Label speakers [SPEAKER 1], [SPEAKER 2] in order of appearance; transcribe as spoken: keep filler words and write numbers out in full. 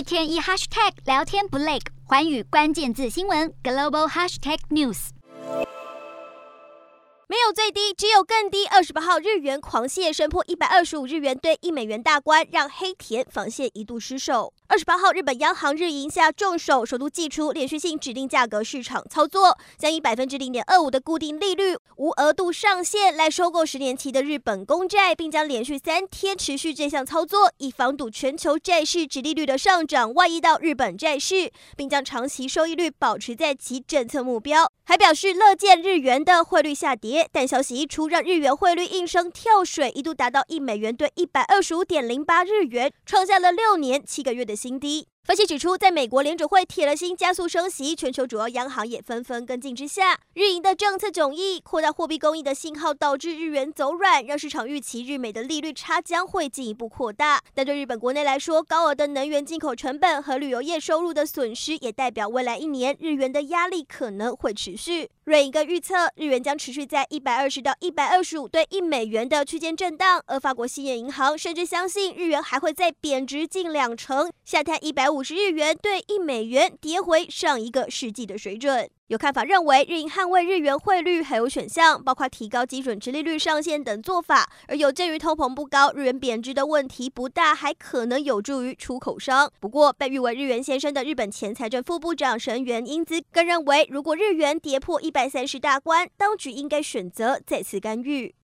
[SPEAKER 1] 天一 hashtag 聊天不累，寰宇关键字新闻 global hashtag news。
[SPEAKER 2] 没有最低，只有更低。二十八号日元狂泻，升破一百二十五日元兑一美元大关，让黑田防线一度失守。二十八号，日本央行日银下重手，首度祭出连续性指定价格市场操作，将以百分之零点二五的固定利率无额度上限来收购十年期的日本公债，并将连续三天持续这项操作，以防堵全球债市殖利率的上涨外溢到日本债市，并将长期收益率保持在其政策目标。还表示乐见日元的汇率下跌，但消息一出，让日元汇率应声跳水，一度达到一美元兑一百二十五点零八日元，创下了六年七个月的新低。分析指出，在美国联准会铁了心加速升息，全球主要央行也纷纷跟进之下，日银的政策迥异，扩大货币供应的信号导致日元走软，让市场预期日美的利率差将会进一步扩大。但对日本国内来说，高额的能源进口成本和旅游业收入的损失，也代表未来一年日元的压力可能会持续。瑞银更预测，日元将持续在一百二十到一百二十五兑一美元的区间震荡，而法国西眼银行甚至相信日元还会再贬值近两成，下探一百五十日元兑一美元，跌回上一个世纪的水准。有看法认为，日银捍卫日元汇率还有选项，包括提高基准殖利率上限等做法。而有鉴于通膨不高，日元贬值的问题不大，还可能有助于出口商。不过，被誉为日元先生的日本前财政副部长神原英姿更认为，如果日元跌破一百三十大关，当局应该选择再次干预。